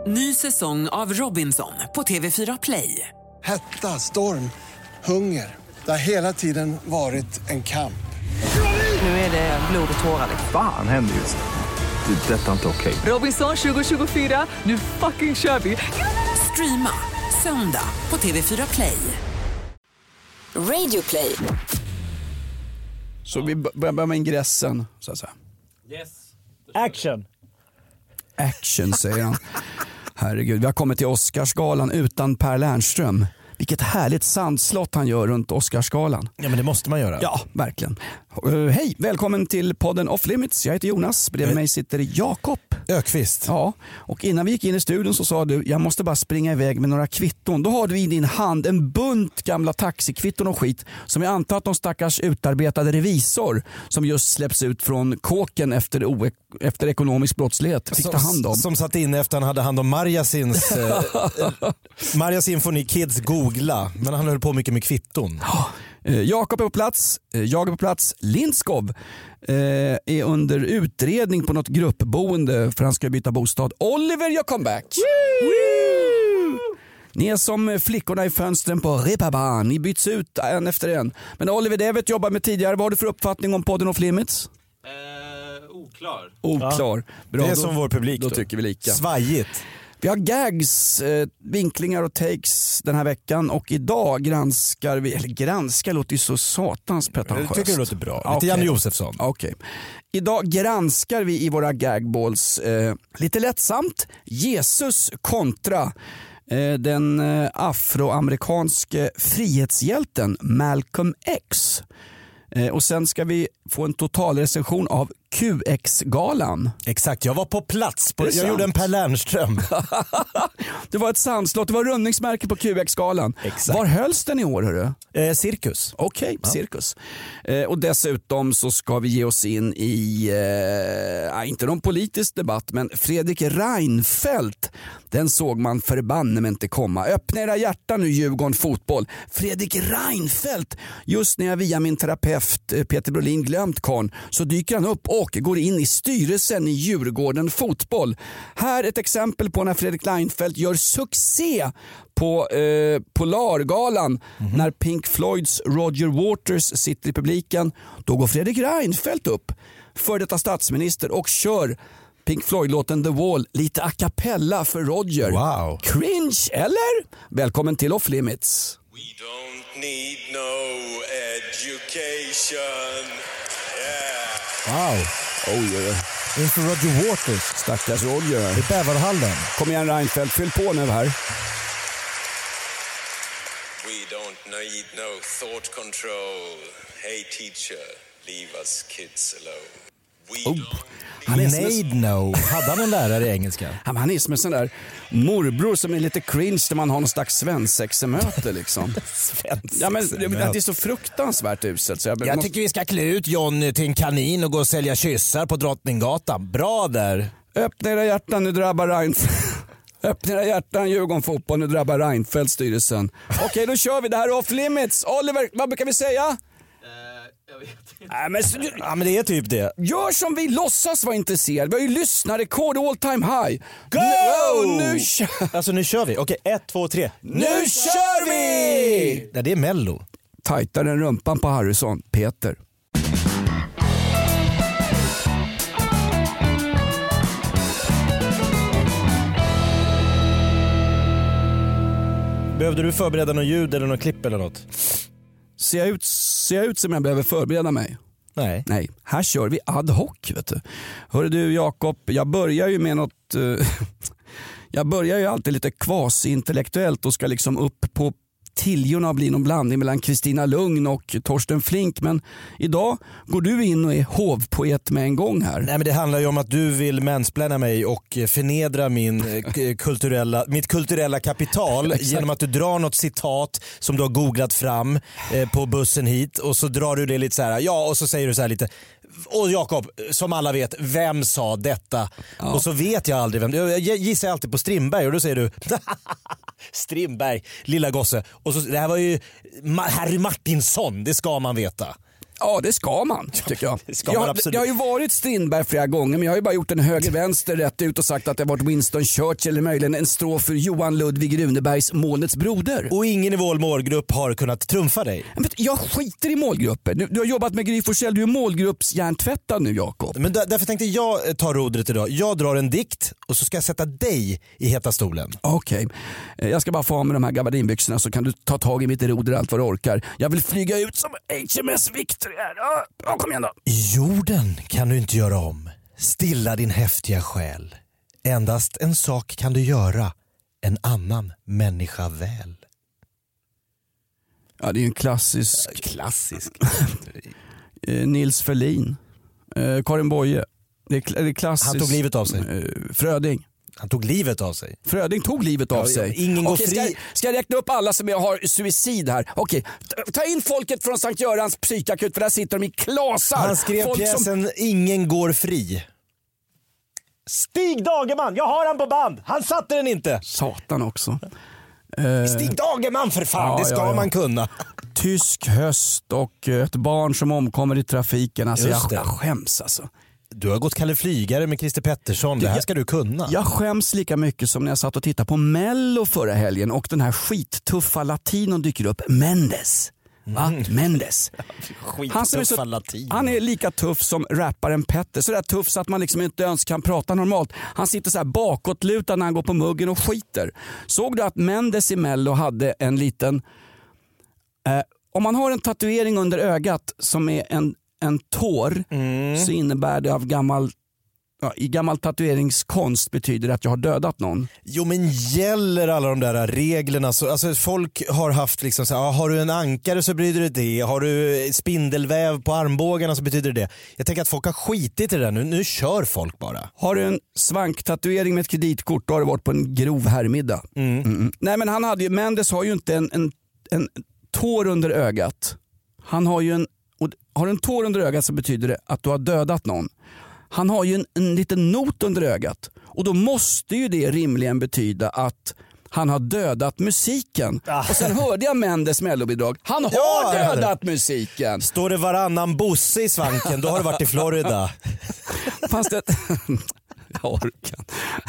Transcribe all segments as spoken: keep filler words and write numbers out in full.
Ny säsong av Robinson på T V fyra Play. Hetta, storm, hunger. Det har hela tiden varit en kamp. Nu är det blod och tårar. Fan händer just det. Det är detta inte okej. Robinson tjugo tjugofyra, nu fucking kör vi. Streama söndag på T V fyra Play. Radio Play. Så vi börjar med ingressen, så att säga. Yes. Action. Action, säger han. Herregud, vi har kommit till Oscarsgalan utan Per Lernström. Vilket härligt sandslott han gör runt Oscarsgalan. Ja, men det måste man göra. Ja, verkligen. Uh, hej, välkommen till podden Off Limits. Jag heter Jonas, bredvid mig sitter Jakob Ökvist. Ja, och innan vi gick in i studion så sa du, jag måste bara springa iväg med några kvitton. Då har du i din hand en bunt gamla taxikvitton och skit som jag antar att de stackars utarbetade revisor som just släpps ut från kåken efter, o- efter ekonomisk brottslighet fick som, ta hand om. Som satt inne efter han hade hand om Marjasins eh, Marjasin får ni kids googla, men han höll på mycket med kvitton. Eh, Jakob är på plats, eh, jag är på plats, Lindskov eh, är under utredning på något gruppboende för han ska byta bostad. Oliver, jag come back! Woo! Ni är som flickorna i fönstren på Reeperbahn, ni byts ut en efter en. Men Oliver, det jag vet jobbat med tidigare, vad har du för uppfattning om podden Off Limits? Eh, oklar. Oklar. Bra, Det är då, som vår publik då. då. Då tycker vi lika. Svajigt. Vi har gags, eh, vinklingar och takes den här veckan och idag granskar vi, eller granskar låter ju så satans pretentiöst. Jag tycker det låter bra. Lite Okay. Janne Josefsson. Okej. Okay. Idag granskar vi i våra gagballs eh, lite lättsamt Jesus kontra eh, den eh, afroamerikanske frihetshjälten Malcolm X. Eh, och sen ska vi få en total recension av Q X-galan. Exakt, jag var på plats. På, Det är jag sant. gjorde en Per Lernström. Det var ett sandslott, det var rundningsmärke på Q X-galan. Exakt. Var hölls den i år, hörru? Eh, cirkus. Okej, okay, cirkus. Eh, och dessutom så ska vi ge oss in i, eh, inte någon politisk debatt, men Fredrik Reinfeldt, den såg man förbanne men inte komma. Öppna era hjärtan nu, Djurgården fotboll. Fredrik Reinfeldt, just när jag via min terapeut eh, Peter Brolin glömt karn, så dyker han upp och går in i styrelsen i Djurgården fotboll. Här ett exempel på när Fredrik Reinfeldt gör succé på eh, Polargalan mm-hmm. när Pink Floyds Roger Waters sitter i publiken. Då går Fredrik Reinfeldt upp, för detta statsminister, och kör Pink Floyd-låten The Wall lite a cappella för Roger. Wow. Cringe, eller? Välkommen till Off Limits. We don't need no education. Yeah. Wow. Oj, oj, oj. Inför Roger Waters. Stackars Roger. I Bävarhallen. Kom igen Reinfeldt, fyll på nu här. We don't need no thought control. Hey teacher, leave us kids alone. We Oh. don't Han är, som Need en, no. Hade han en lärare i engelska? han han är som en sån där morbror som är lite cringe när man har någon slags svensexemöte liksom. Ja, men det, det är så fruktansvärt uselt. Så jag, Jag måste... tycker vi ska klä ut John till en kanin och gå och sälja kyssar på Drottninggatan. Bra där. Öppna era hjärtan, nu drabbar Reinfeldt. Öppna era hjärtan, Djurgården fotboll, nu drabbar Reinfeldt styrelsen. Okej, okay, då kör vi. Det här är Off Limits. Oliver, vad brukar vi säga? Jag vet inte. Nej, men, Ja, men det är typ det. gör som vi låtsas vara intresserade. Vi har ju lyssnarrekord all time high. Go! Nu, nu kör Alltså nu kör vi. Okej, ett, två, tre. Nu kör vi! Ja, det är Mello. Tajtare än rumpan på Harrison, Peter. Behövde du förbereda något ljud eller något klipp eller något? Ser jag ut, ser jag ut som jag behöver förbereda mig? Nej. Nej, här kör vi ad hoc, vet du. Hörru du Jakob, jag börjar ju med något... Uh, jag börjar ju alltid lite kvasi-intellektuellt och ska liksom upp på tiljorna och bli någon blandning mellan Kristina Lugn och Torsten Flink. Men idag går du in och är hovpoet med en gång här. Nej, men det handlar ju om att du vill mansplaina mig och förnedra min kulturella, mitt kulturella kapital genom att du drar något citat som du har googlat fram eh, på bussen hit och så drar du det lite så här, ja, och så säger du så här lite, och Jakob, som alla vet, vem sa detta? Ja. Och så vet jag aldrig vem. Jag gissar alltid på Strindberg och då säger du Strindberg, lilla gosse. Och så, det här var ju Harry Martinsson, det ska man veta. Ja, det ska man, tycker jag. Det ska man jag, absolut. jag har ju varit Strindberg flera gånger, men jag har ju bara gjort en höger-vänster rätt ut och sagt att det har varit Winston Churchill eller möjligen en strof för Johan Ludvig Runebergs Månets broder. Och ingen i vår målgrupp har kunnat trumfa dig. Men jag skiter i målgrupper. Du, du har jobbat med Gry Forssell, du är målgruppshjärntvättad nu, Jakob. Men där, därför tänkte jag ta rodret idag. Jag drar en dikt och så ska jag sätta dig i heta stolen. Okej, okay. Jag ska bara få av med de här gabardinbyxorna så kan du ta tag i mitt roder allt vad du orkar. Jag vill flyga ut som H M S Victor här. Ja, kom igen då. Jorden kan du inte göra om. Stilla din häftiga själ. Endast en sak kan du göra. En annan människa väl. Ja, det är en klassisk... Klassisk. Nils Ferlin. Eh, Karin Boye. Det är, det är klassiskt. Han tog livet av sig. Eh, Fröding. Han tog livet av sig. Fröding tog livet av Ja, sig. ingen går Okej, fri. Ska, ska jag räkna upp alla som jag har suicid här? Okej, ta in folket från Sankt Görans psykakut för där sitter de i klasar. Han skrev Folk pjäsen som... Ingen går fri. Stig Dagerman, jag har han på band. Han satte den inte. Satan också. Eh, Stig Dagerman för fan, ja, det ska ja, ja. man kunna. Tysk höst och ett barn som omkommer i trafiken. Alltså, Just jag, det. jag skäms alltså. Du har gått Kalle Flygare med Christer Pettersson, det här ska du kunna. Jag skäms lika mycket som när jag satt och tittade på Mello förra helgen och den här skittuffa latinon dyker upp. Mendes. Va? Mm. Mendes. Han, som är så, latin. han är lika tuff som rapparen Petter. Så där tuff så att man liksom inte ens kan prata normalt. Han sitter så här bakåtlutad när han går på muggen och skiter. Såg du att Mendes i Mello hade en liten... Eh, om man har en tatuering under ögat som är en, en tår Mm. så innebär det av gammal... Ja, i gammal tatueringskonst betyder det att jag har dödat någon. Jo men gäller alla de där reglerna så, alltså folk har haft liksom så här, har du en ankare så betyder det det, har du spindelväv på armbågarna så betyder det det. Jag tänker att folk har skitit i det där nu, nu kör folk bara. Har du en svanktatuering med ett kreditkort då har du varit på en grov herrmiddag. Mm. Mm. Nej men han hade ju, Mendes har ju inte en, en, en tår under ögat. Han har ju en, och har du en tår under ögat så betyder det att du har dödat någon. Han har ju en, en liten not under ögat och då måste ju det rimligen betyda att han har dödat musiken. Ah. Och sen hörde jag Mendes mellobidrag. Han har Ja, dödat musiken. Står det varannan bosse i svanken då har du varit i Florida. Fanns det... Jag orkar.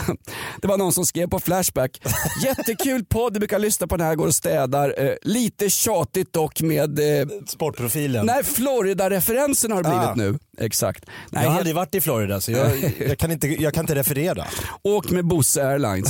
Det var någon som skrev på Flashback. Jättekul podd, du brukar lyssna på den här, går och städar. Eh, lite tjatigt dock med... Eh, Sportprofilen. Nej, Florida-referensen har det blivit Ah. nu. Exakt. Nej, Jag har helt- aldrig varit i Florida så jag, jag, kan, inte, jag kan inte referera. Åk med Bosse Airlines.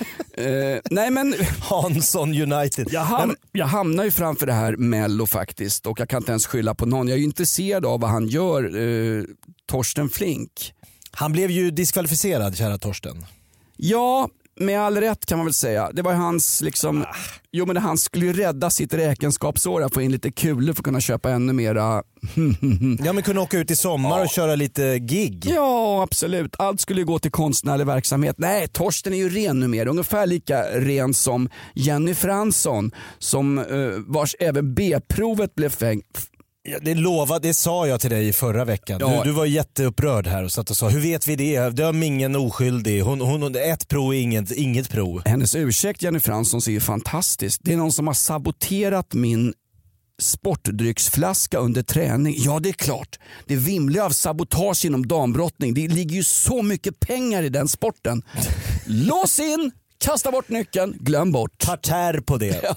eh, nej men... Hansson United. Jag, Nej, ham- men- jag hamnar ju framför det här Mello faktiskt och jag kan inte ens skylla på någon. Jag är ju intresserad av vad han gör, eh, Torsten Flink. Han blev ju diskvalificerad, kära Torsten. Ja, med all rätt kan man väl säga. Det var ju hans liksom, jo men han skulle ju rädda sitt räkenskapsår att få in lite kulor för att kunna köpa ännu mera. Ja men kunna åka ut i sommar och köra lite gig. Ja absolut, allt skulle ju gå till konstnärlig verksamhet. Nej, Torsten är ju ren numera, ungefär lika ren som Jenny Fransson som uh, vars även B-provet blev fäng. Ja, det lovade, det sa jag till dig förra veckan. Ja. Du, du var jätteupprörd här och satt och sa, hur vet vi det? Döm ingen oskyldig. Hon, hon, ett prov är inget, inget prov. Hennes ursäkt Jenny Fransson är ju fantastisk. Det är någon som har saboterat min sportdrycksflaska under träning. Ja det är klart, det vimlar av sabotage inom dambrottning. Det ligger ju så mycket pengar i den sporten. Lås in, kasta bort nyckeln, glöm bort. Parterr på det.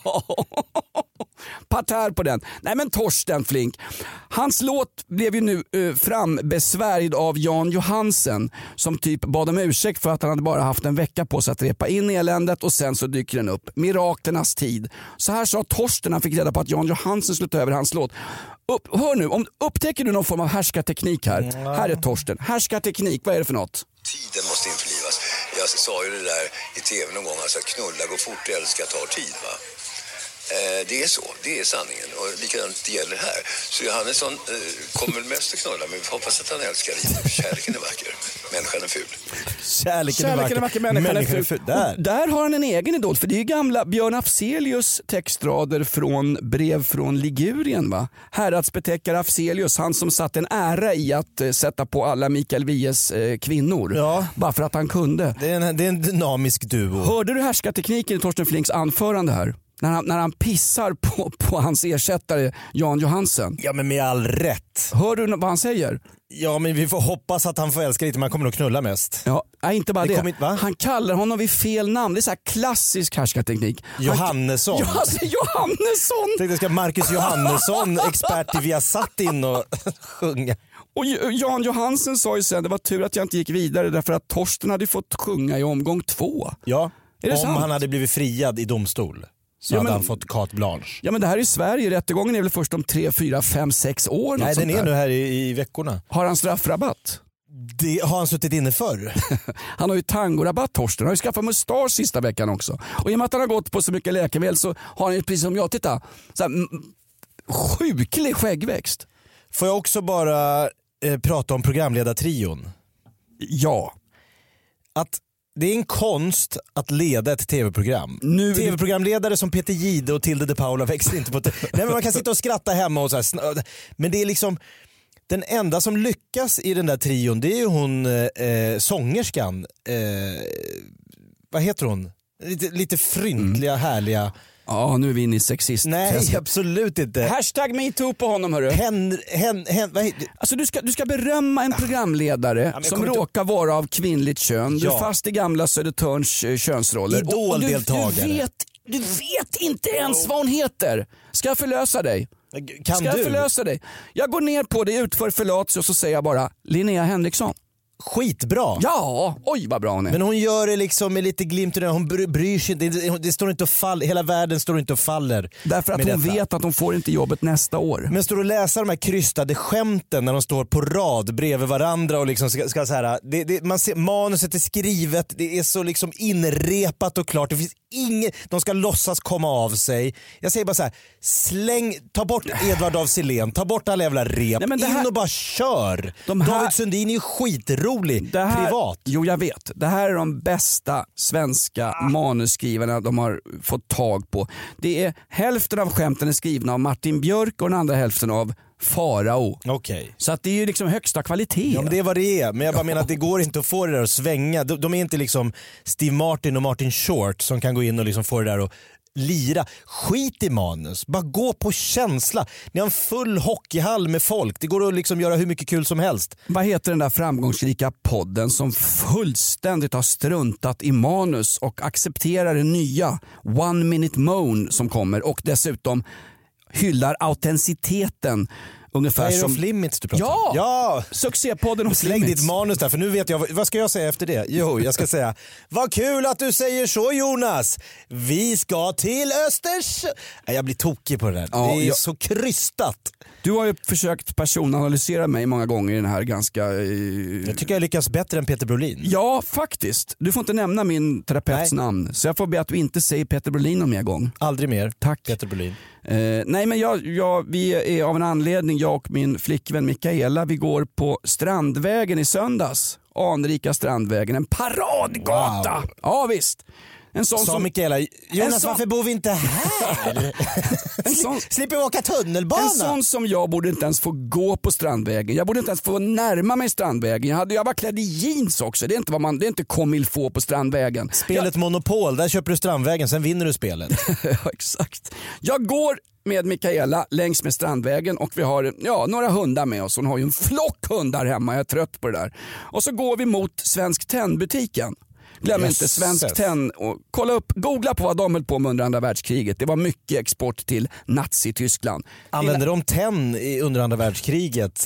Parterr på den. Nej men Torsten Flink. Hans låt blev ju nu uh, frambesvärjd av Jan Johansen som typ bad om ursäkt för att han hade bara haft en vecka på sig att repa in eländet och sen så dyker den upp. Miraklernas tid. Så här sa Torsten när han fick reda på att Jan Johansen skulle ta över hans låt. Upp, hör nu, om, upptäcker du någon form av härskarteknik här? Mm. Här är Torsten. Härskarteknik, vad är det för något? Tiden måste införlivas. Jag sa ju det där i tv någon gång, alltså knulla går fort, älska tar tid va. Eh, det är så, det är sanningen och likadant det gäller här. Så Johannesson eh, kommer väl mest att knulla men vi hoppas att han älskar lite. Kärleken är vacker, människan är ful. Kärleken, Kärleken är vacker, människan är ful. Där. Och där har han en egen idol, för det är ju gamla Björn Afzelius textrader från brev från Ligurien va. Häradsbetäckare Afzelius, han som satt en ära i att eh, sätta på alla Mikael Wiehes eh, kvinnor. Ja. Bara för att han kunde. Det är en, det är en dynamisk duo. Hörde du härskartekniken i Torsten Flinks anförande här? När han, när han pissar på, på hans ersättare Jan Johansen. Ja, men med all rätt. Hör du vad han säger? Ja, men vi får hoppas att han får älska lite, man kommer nog knulla mest. Ja, nej, inte bara Det det. kom inte- va? Han kallar honom vid fel namn. Det är så här klassisk härskarteknik. Han- Johannesson. Ja, alltså, Johannesson! Jag tänkte, ska Marcus Johannesson, expert i Viasat, in och sjunga? Och Jan Johansen sa ju sen, det var tur att jag inte gick vidare därför att Torsten hade fått sjunga i omgång två. Ja, Är det om sant? han hade blivit friad i domstol så Ja, hade men- han fått carte blanche. Ja men det här är Sverige, rättegången är väl först om tre, fyra, fem, sex år. något Nej, sånt den är där. nu här i, i veckorna. Har han straffrabatt? Det har han suttit inne för. Han har ju tangorabatt, Torsten. Han har ju skaffat mustasch sista veckan också. Och i och med att han har gått på så mycket läkemedel så har han ju precis som jag, titta, så här, mm, sjuklig skäggväxt. Får jag också bara eh, prata om programledartrion? Ja. Att det är en konst att leda ett tv-program. Nu- Tv-programledare som Peter Gide och Tilde de Paula växer inte på... T- Nej, men man kan sitta och skratta hemma och så här, sn- men det är liksom... Den enda som lyckas i den där trion, det är ju hon eh, sångerskan. Eh, vad heter hon? Lite, lite fryntliga, härliga... Ja, nu är vi inne i sexist. Nej, absolut inte. Hashtag metoo på honom hörru. Hen, hen, hen, vad heter... Alltså du ska, du ska berömma en programledare jag som kommer inte- råkar vara av kvinnligt kön. Du är Ja. fast i gamla Södertörns eh, könsroller. Och- och du, du, Idoldeltagare. vet, du vet inte ens vad hon heter. Ska jag förlösa dig? Kan Ska jag du? förlösa dig? Jag går ner på dig, utför förlatelse och så säger jag bara Linnea Henriksson. Skitbra. Ja, oj vad bra hon är. Men hon gör det liksom med lite glimt i ögat. Hon bry- bryr sig inte. Det, det står inte och faller. Hela världen står inte och faller. Därför att med hon detta. vet att hon får inte jobbet nästa år. Men står och läser de här krystade skämten när de står på rad bredvid varandra och liksom ska, ska så här, det, det, man ser, manuset är skrivet, det är så liksom inrepat och klart. Det finns inget, de ska låtsas komma av sig. Jag säger bara så här, släng, ta bort Edvard af Sillén, ta bort alla jävla rep, Nej, men det in här- och bara kör. De här- David Sundin är ju skitrolig Det här, privat. Jo jag vet. Det här är de bästa svenska manusskrivarna de har fått tag på. Det är hälften av skämten är skrivna av Martin Björk och den andra hälften av Farao. Okej. Så att det är ju liksom högsta kvalitet. Ja, men det är vad det är, men jag bara menar att det går inte att få det där att svänga. De, de är inte liksom Steve Martin och Martin Short som kan gå in och liksom få det där att lira. Skit i manus, bara gå på känsla. Ni har en full hockeyhall med folk, det går att liksom göra hur mycket kul som helst. Vad heter den där framgångsrika podden som fullständigt har struntat i manus och accepterar det nya One Minute Moan som kommer och dessutom hyllar autenticiteten ungefär Fire som... of Limits du pratar Ja! om. Ja! Succépodden Off Släng Limits. ditt manus där, för nu vet jag, vad- vad ska jag säga efter det? Jo, jag ska säga, vad kul att du säger så Jonas. Vi ska till Östers... Nej, jag blir tokig på det där. Ja, det är jag- så krystat. Du har ju försökt personanalysera mig många gånger i den här ganska... eh, Jag tycker jag lyckas bättre än Peter Brolin. Ja, faktiskt. Du får inte nämna min terapeuts Nej. namn. Så jag får be att du inte säger Peter Brolin någon mer gång. Aldrig mer. Tack. Peter Brolin. Eh, nej men jag, jag, vi är av en anledning, jag och min flickvän Mikaela, vi går på Strandvägen i söndags. Anrika Strandvägen, en paradgata. Wow. Ja visst. En sån Sa som... Mikaela, En Jonas sån- varför bor vi inte här? En sån, Slipper vi åka tunnelbana? en sån som jag borde inte ens få gå på Strandvägen. Jag borde inte ens få närma mig Strandvägen. Jag, hade, jag var klädd i jeans också. Det är inte, vad man, det är inte comme il faut på Strandvägen. Spelet Monopol, där köper du Strandvägen, sen vinner du spelet. Ja, exakt. Jag går med Mikaela längs med Strandvägen och vi har ja, några hundar med oss. Hon har ju en flock hundar hemma, jag är trött på det där. Och så går vi mot Svensk Tenn-butiken. Glöm Jösses. inte Svensk Tenn och kolla upp, googla på vad de höll på med under andra världskriget. Det var mycket export till Nazi-Tyskland. Använder de tenn i under andra världskriget?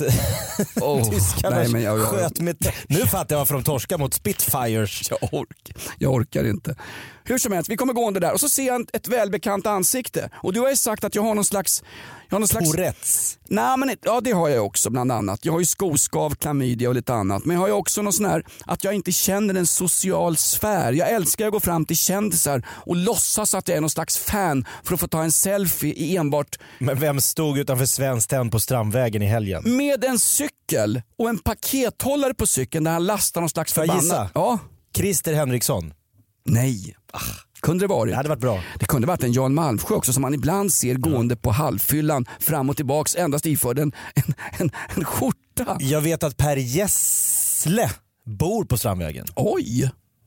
Oh, Tyskarna nej, men jag- jag- sköt med tenn. Nu fattar jag varför de torskar mot Spitfires. Jag, ork, jag orkar inte. Hur som helst, vi kommer gående där och så ser jag ett välbekant ansikte. Och du har ju sagt att jag har någon slags... Jag har någon slags Tourettes. Nej, men, ja det har jag också bland annat. Jag har ju skoskav, klamydia och lite annat. Men jag har ju också någon sån här att jag inte känner en social sfär. Jag älskar att gå fram till kändisar och låtsas att jag är någon slags fan för att få ta en selfie i enbart Men vem stod utanför Svensk Tenn på Strandvägen i helgen? med en cykel och en pakethållare på cykeln där han lastar någon slags Får jag förbannad... gissa? Ja. Christer Henriksson. Nej. Kunde det varit? Det hade varit bra. Det kunde varit en Jan Malmsjö också som man ibland ser gående på halvfyllan fram och tillbaks endast iförd en, en, en, en skjorta. Jag vet att Per Gessle bor på Strandvägen. Oj!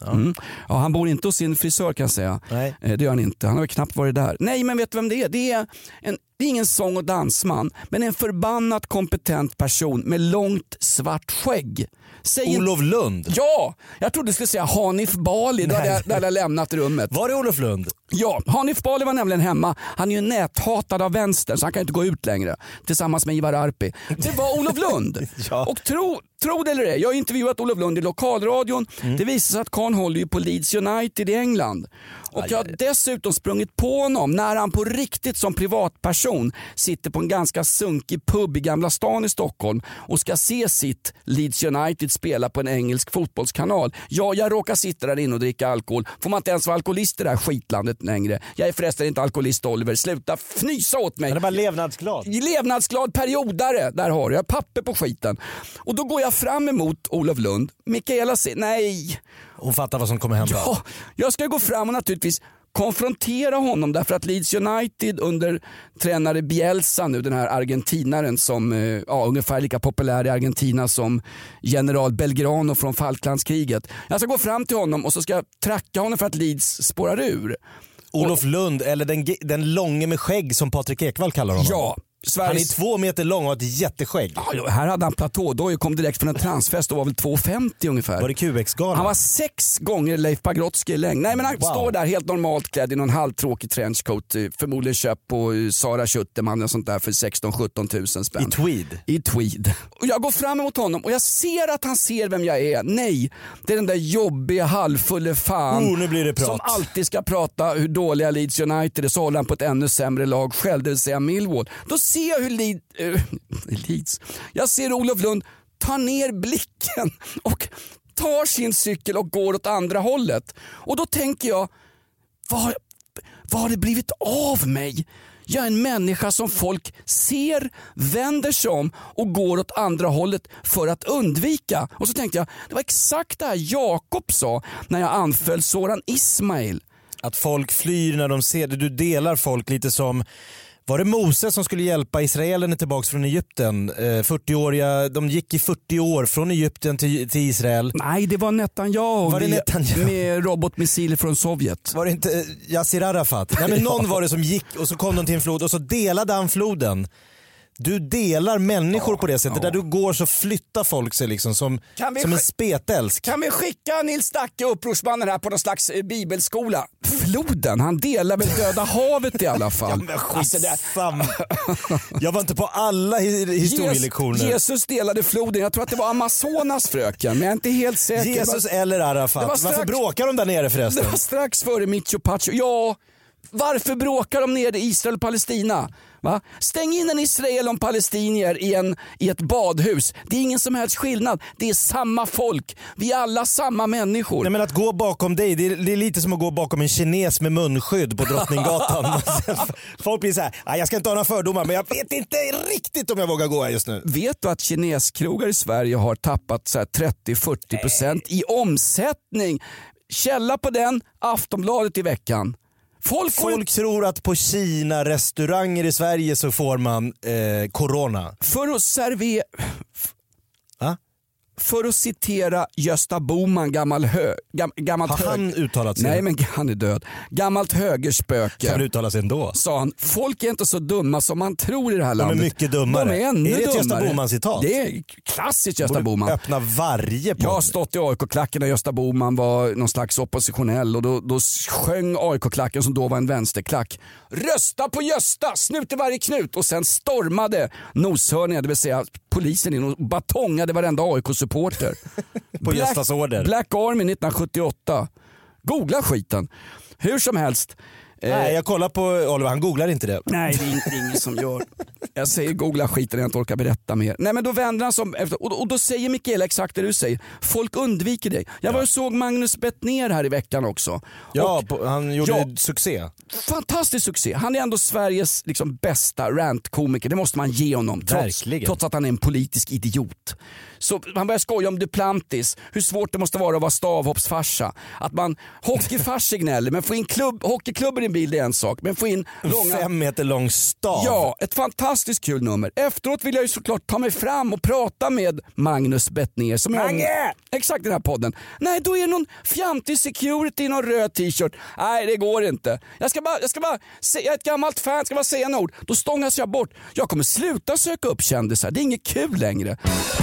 Ja. Mm. Ja, han bor inte hos sin frisör kan jag säga. Nej. Det gör han inte. Han har väl knappt varit där. Nej, men vet du vem det är? Det är, en, det är ingen sång- och dansman, men en förbannat kompetent person med långt svart skägg. Säg Olof Lund? Ja, jag trodde du skulle säga Hanif Bali. Då hade jag, då hade jag lämnat rummet. Var det Olof Lund? Ja, Hanif Bali var nämligen hemma. Han är ju näthatad av vänster så han kan inte gå ut längre. Tillsammans med Ivar Arpi. Det var Olof Lund. Ja. Och tro, tro det eller det, jag har intervjuat Olof Lund i lokalradion. Mm. Det visar sig att Karl håller ju på Leeds United i England. Och jag har dessutom sprungit på honom när han på riktigt som privatperson sitter på en ganska sunkig pub i Gamla stan i Stockholm och ska se sitt Leeds United spela på en engelsk fotbollskanal. Ja, jag råkar sitta där inne och dricka alkohol. Får man inte ens vara alkoholist i det här skitlandet längre? Jag är förresten inte alkoholist, Oliver. Sluta fnysa åt mig. Men det var levnadsglad. Levnadsglad periodare. Där har jag papper på skiten. Och då går jag fram emot Olof Lund. Mikaela säger nej. Hon fattar vad som kommer hända. Ja, jag ska gå fram och naturligtvis konfrontera honom därför att Leeds United under tränare Bielsa nu, den här argentinaren som ja, ungefär lika populär i Argentina som general Belgrano från Falklandskriget. Jag ska gå fram till honom och så ska jag tracka honom för att Leeds spårar ur. Olof Lund, eller den, den långe med skägg som Patrik Ekwall kallar honom. Ja. Sveriges... Han är två meter lång och har ett jätteskägg. Ja, här hade han platå. Då kom direkt från en transfest och var väl två femtio ungefär. Var det Q X-galan? Han var sex gånger Leif Pagrotsky i längd. Nej, men han wow. står där helt normalt klädd i någon halvtråkig trenchcoat. Förmodligen köpt på Sara Schutterman och sånt där för sexton sjutton tusen spänn. I tweed? I tweed. Och jag går fram emot honom och jag ser att han ser vem jag är. Nej, det är den där jobbiga halvfulle fan oh, nu blir det prat. som alltid ska prata hur dåliga Leeds United är, så håller han på ett ännu sämre lag själv, det vill säga Millwall. Då ser jag hur Leeds, äh, Leeds. Jag ser Olof Lund ta ner blicken och tar sin cykel och går åt andra hållet. Och då tänker jag, vad, vad har det blivit av mig? Jag är en människa som folk ser, vänder sig om och går åt andra hållet för att undvika. Och så tänkte jag, det var exakt det här Jakob sa när jag anföll Soran Ismail. Att folk flyr när de ser det. Du delar folk lite som... Var det Moses som skulle hjälpa israelerna tillbaka från Egypten? Eh, fyrtioåriga, de gick i fyrtio år från Egypten till, till Israel. Nej, det var Netanyahu, var det Netanyahu? Med robotmissiler från Sovjet. Var det inte eh, Yasser Arafat? Nej, men någon var det som gick och så kom de till en flod och så delade han floden. Du delar människor ja, på det sättet. Ja. Där du går så flyttar folk sig liksom som, som en spetälsk. Kan vi skicka Nils Dacke, upprorsmannen här, på någon slags eh, bibelskola? Floden, han delar väl Döda havet i alla fall. Ja, men alltså, jag var inte på alla historielektioner. Jesus, Jesus delade floden. Jag tror att det var Amazonas, fröken, men jag är inte helt säker. Jesus eller Arafat. Strax... Varför bråkar de där nere förresten? Det var strax före Machu Picchu. Ja, varför bråkar de nere i Israel och Palestina? Va? Stäng in en israel och palestinier i, en, i ett badhus. Det är ingen som helst skillnad. Det är samma folk. Vi är alla samma människor. Nej, men att gå bakom dig, det är, det är lite som att gå bakom en kines med munskydd på Drottninggatan. Folk blir så här, jag ska inte ha några fördomar, men jag vet inte riktigt om jag vågar gå här just nu. Vet du att kineskrogar i Sverige har tappat så här trettio till fyrtio procent i omsättning? Källa på den, Aftonbladet i veckan. Folk, Folk tror att på Kina-restauranger i Sverige så får man eh, corona. För att servera... Ha? För att citera Gösta Bohman, gammal hö, gam, gammalt Har hög... han uttalat sig? Nej, men han är död. Gammalt högerspöke. Kan han uttala sig ändå? Sa han, folk är inte så dumma som man tror i det här landet. De är mycket dummare. De är ännu är det ett dummare. Gösta Bohman-citat? Det är klassiskt Gösta Borde Bohman. Öppna varje podd. Jag har stått i A I K-klacken när Gösta Bohman var någon slags oppositionell och då, då sjöng A I K-klacken som då var en vänsterklack. Rösta på Gösta, snut i varje knut. Och sen stormade noshörningar, det vill säga polisen in och batongade varenda A I K-supporter. På Göstas order. Black Army nittonhundrasjuttioåtta. Googla skiten. Hur som helst. Nej, jag kollar på Oliver, han googlar inte det. Nej, det är ingen som gör. Jag säger googla skiten när jag inte orkar berätta mer. Nej, men då vänder han som efter, och, och då säger Mikael exakt det du säger. Folk undviker dig. Jag var och såg Magnus Bettner här i veckan också. Ja, och, på, han gjorde ja, succé. Fantastisk succé. Han är ändå Sveriges liksom bästa rantkomiker. Det måste man ge honom. Trots, trots att han är en politisk idiot. Så han börjar skoja om Duplantis. Hur svårt det måste vara att vara stavhoppsfarsa. Att man hockeyfarsa gnäller men få in klubb, hockeyklubbar i egen bil, det är en sak. Men få in långa... Fem meter lång stav. Ja, ett fantastiskt kul nummer. Efteråt vill jag ju såklart ta mig fram och prata med Magnus Bettner som är Mange! exakt den här podden. Nej, då är det någon fjantig security i någon röd t-shirt. Nej, det går inte. Jag ska bara, jag ska bara se, jag är ett gammalt fan, jag ska bara säga några ord. Då stångas jag bort. Jag kommer sluta söka upp kändisar. Det är inget kul längre.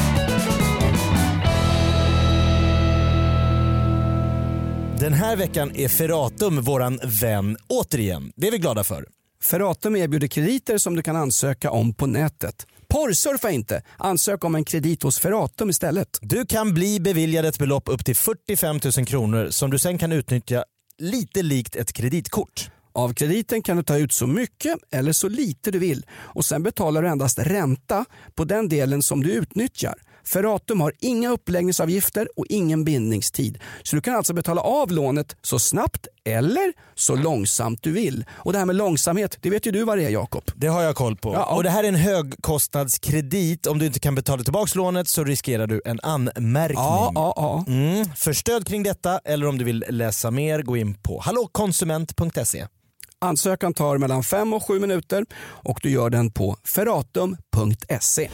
Den här veckan är Ferratum våran vän återigen. Det är vi glada för. Ferratum erbjuder krediter som du kan ansöka om på nätet. Porrsurfa inte. Ansök om en kredit hos Ferratum istället. Du kan bli beviljad ett belopp upp till fyrtiofem tusen kronor som du sen kan utnyttja lite likt ett kreditkort. Av krediten kan du ta ut så mycket eller så lite du vill och sen betalar du endast ränta på den delen som du utnyttjar. Ferratum har inga uppläggningsavgifter och ingen bindningstid. Så du kan alltså betala av lånet så snabbt eller så långsamt du vill. Och det här med långsamhet, det vet ju du vad det är, Jakob. Det har jag koll på. Ja, ja. Och det här är en högkostnadskredit. Om du inte kan betala tillbaka lånet så riskerar du en anmärkning. Ja, ja, ja. Mm. För stöd kring detta eller om du vill läsa mer, gå in på hallåkonsument punkt se. Ansökan tar mellan fem och sju minuter och du gör den på ferratum punkt se.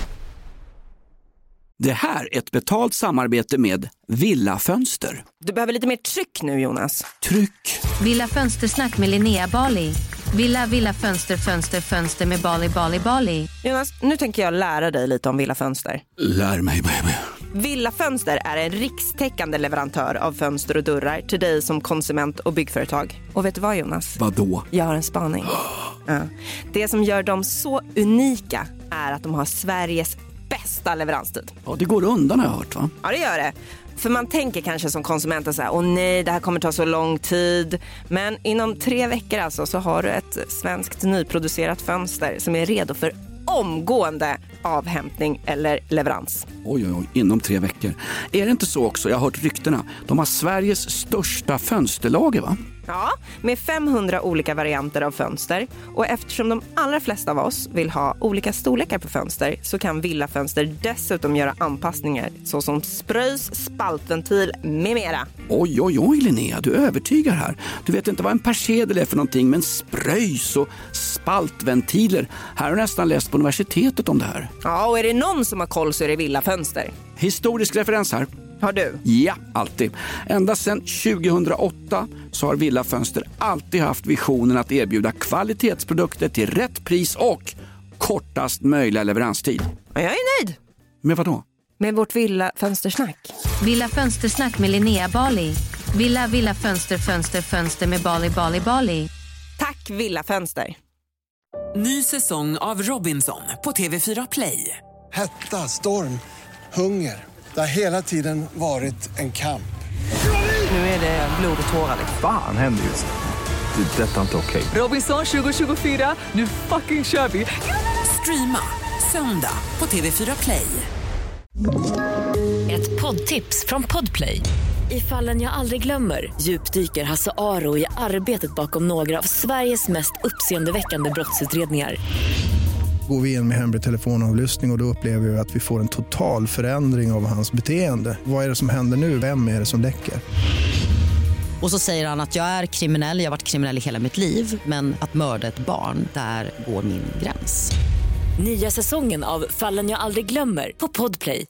Det här är ett betalt samarbete med Villa Fönster. Du behöver lite mer tryck nu, Jonas. Tryck. Villa Fönstersnack med Linnea Bali. Villa, Villa Fönster, Fönster, Fönster med Bali, Bali, Bali. Jonas, nu tänker jag lära dig lite om Villa Fönster. Lär mig, baby. Villa Fönster är en rikstäckande leverantör av fönster och dörrar till dig som konsument och byggföretag. Och vet du vad, Jonas? Vadå? Jag har en spaning. Ja. Det som gör dem så unika är att de har Sveriges bästa leveranstid. Ja, det går undan har jag hört, va? Ja, det gör det. För man tänker kanske som konsument så här, åh nej, det här kommer ta så lång tid. Men inom tre veckor alltså så har du ett svenskt nyproducerat fönster som är redo för omgående avhämtning eller leverans. Oj, oj, oj, inom tre veckor. Är det inte så också? Jag har hört ryktena. De har Sveriges största fönsterlager, va? Ja, med femhundra olika varianter av fönster. Och eftersom de allra flesta av oss vill ha olika storlekar på fönster så kan Villa Fönster dessutom göra anpassningar såsom spröjs, spaltventil med mera. Oj, oj, oj, Linnea, du övertygar här. Du vet inte vad en persedel är för någonting, men spröjs och spaltventiler. Här har jag nästan läst på universitetet om det här. Ja, och är det någon som har koll så är det Villa Fönster. Historisk referens här. Har du? Ja, alltid. Ända sedan tjugohundraåtta så har Villa Fönster alltid haft visionen att erbjuda kvalitetsprodukter till rätt pris och kortast möjliga leveranstid. Jag är nöjd. Med vad då? Med vårt Villa Fönstersnack. Villa Fönstersnack med Linnea Bali. Villa, Villa Fönster, Fönster, Fönster med Bali, Bali, Bali. Tack Villa Fönster. Ny säsong av Robinson på T V fyra Play. Hetta, storm, hunger. Det har hela tiden varit en kamp. Nu är det blod och tårar. Fan händer just det. Det är detta inte okej. Robinson tjugo tjugofyra, nu fucking kör vi. Streama söndag på T V fyra Play. Ett poddtips från Podplay. I Fallen jag aldrig glömmer djupdyker Hasse Aro i arbetet bakom några av Sveriges mest uppseendeväckande brottsutredningar. Går vi in med hemlig telefonavlyssning och, och då upplever vi att vi får en total förändring av hans beteende. Vad är det som händer nu? Vem är det som läcker? Och så säger han att jag är kriminell, jag har varit kriminell i hela mitt liv. Men att mörda ett barn, där går min gräns. Nya säsongen av Fallen jag aldrig glömmer på Podplay.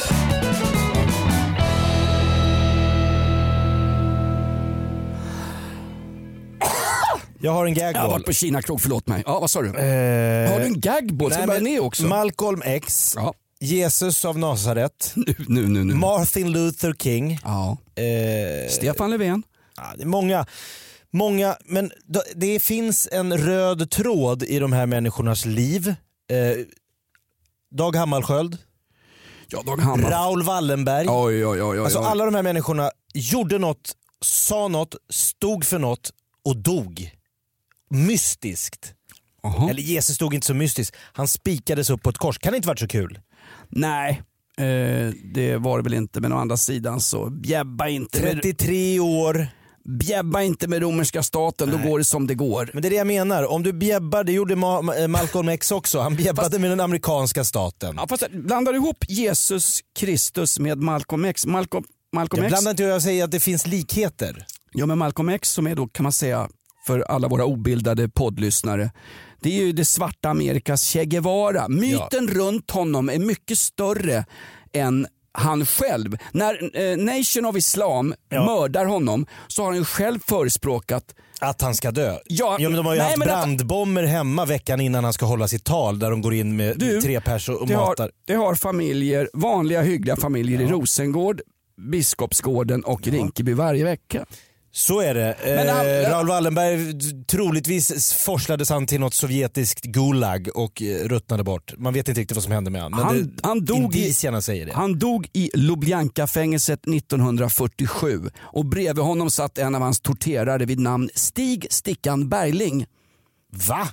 Jag har en gagball. Jag har varit på Kina-krog, förlåt mig. Ja, vad sa du? Eh, har du en gagball? Ska börja ner också? Malcolm X, ja. Jesus av Nazaret, nu, nu, nu, nu. Martin Luther King, ja. eh, Stefan Löfven. Ja, det är många, många, men det finns en röd tråd i de här människornas liv. Eh, Dag Hammarskjöld, ja, Dag Hammar. Raoul Wallenberg. Oj, oj, oj, oj. Alltså alla de här människorna gjorde något, sa något, stod för något och dog. Mystiskt. Aha. Eller Jesus stod inte så mystiskt. Han spikades upp på ett kors. Kan det inte varit så kul? Nej, eh, det var det väl inte. Men å andra sidan så bjäbba inte trettiotre år. Bjäbba inte med romerska staten. Nej. Då går det som det går. Men det är det jag menar. Om du bjäbbar, det gjorde Ma- Malcolm X också. Han bjäbbade fast, med den amerikanska staten. Ja, fast blandar du ihop Jesus Kristus med Malcolm X? Malcolm, Malcolm jag X. blandar inte, jag säger att det finns likheter. Ja, men Malcolm X som är då, kan man säga, för alla våra obildade poddlyssnare. Det är ju det svarta Amerikas Che Guevara. Myten ja. runt honom är mycket större än han själv. När eh, Nation of Islam ja. mördar honom så har han själv förespråkat att han ska dö. Ja, ja men de har ju nej, haft brandbomber att... hemma veckan innan han ska hålla sitt tal där de går in med du, tre personer och det matar. Har, det har familjer, vanliga hyggliga familjer ja. i Rosengård, Biskopsgården och ja. Rinkeby varje vecka. Så är det. Men, eh, Raoul Wallenberg, troligtvis forslades han till något sovjetiskt gulag och eh, ruttnade bort. Man vet inte riktigt vad som hände med honom. Han, det, han, dog i, säger det. han dog i Lubjanka-fängelset nittonhundrafyrtiosju och bredvid honom satt en av hans torterare vid namn Stig Stickan Bergling. Va?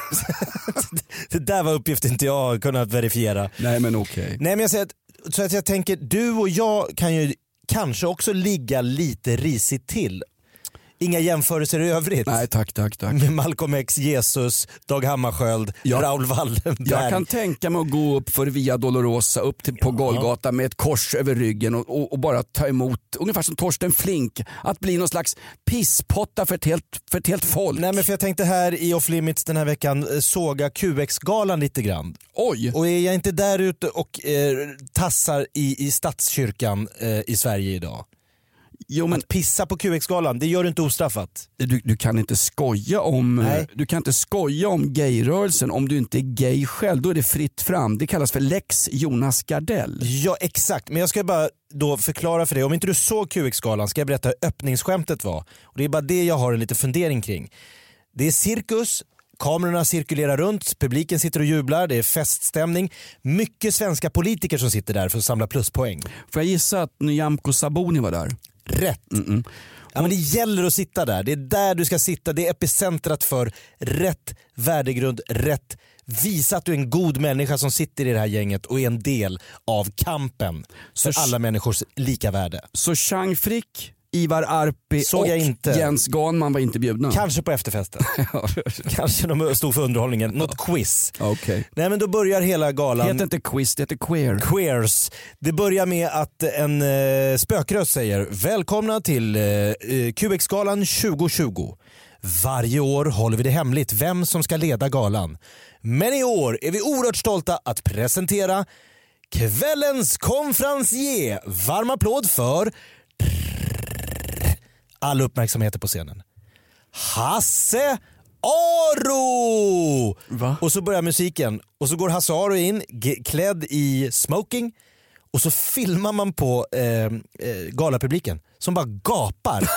Det där var uppgift inte jag har kunnat verifiera. Nej men okej. Okay. Nej men jag säger att, så att jag tänker, du och jag kan ju kanske också ligga lite risigt till. Inga jämförelser i övrigt. Nej tack, tack, tack. Med Malcolm X, Jesus, Dag Hammarskjöld, ja. Raoul Wallenberg. Jag kan tänka mig att gå upp för Via Dolorosa upp till, på ja. Golgata med ett kors över ryggen och, och, och bara ta emot, ungefär som Torsten Flink, att bli någon slags pisspotta för ett helt, för ett helt folk. Nej men för jag tänkte här i Off Limits den här veckan såga Q X-galan lite grann. Oj! Och är jag inte där ute och eh, tassar i, i Stadskyrkan eh, i Sverige idag? Jo, men att pissa på Q X-galan, det gör du inte ostraffat. Du, du kan inte skoja om Nej. Du kan inte skoja om gayrörelsen om du inte är gay själv. Då är det fritt fram. Det kallas för Lex Jonas Gardell. Ja exakt, men jag ska bara då förklara för dig. Om inte du såg Q X-galan ska jag berätta hur öppningsskämtet var. Och det är bara det jag har en lite fundering kring. Det är cirkus. Kamerorna cirkulerar runt, publiken sitter och jublar, det är feststämning. Mycket svenska politiker som sitter där för att samla pluspoäng. Får jag gissa att Nyamko Sabuni var där? Rätt. Mm-mm. Ja, men det gäller att sitta där. Det är där du ska sitta. Det är epicentrat för rätt värdegrund, rätt. Visa att du är en god människa som sitter i det här gänget och är en del av kampen för så alla människors lika värde. Så Chang Frick, Ivar Arpi såg jag och inte. Jens Ganman var inte bjudna. Kanske på efterfesten. Kanske de stod för underhållningen. Något quiz. Okay. Nej men då börjar hela galan. Det heter inte quiz, det heter queer. Queers. Det börjar med att en eh, spökröst säger välkomna till eh, Q X-galan tjugo tjugo. Varje år håller vi det hemligt vem som ska leda galan. Men i år är vi oerhört stolta att presentera kvällens konferencier. Varm applåd för all uppmärksamhet på scenen. Hasse Aro! Va? Och så börjar musiken. Och så går Hasse Aro in g- klädd i smoking. Och så filmar man på eh, eh, galapubliken som bara gapar.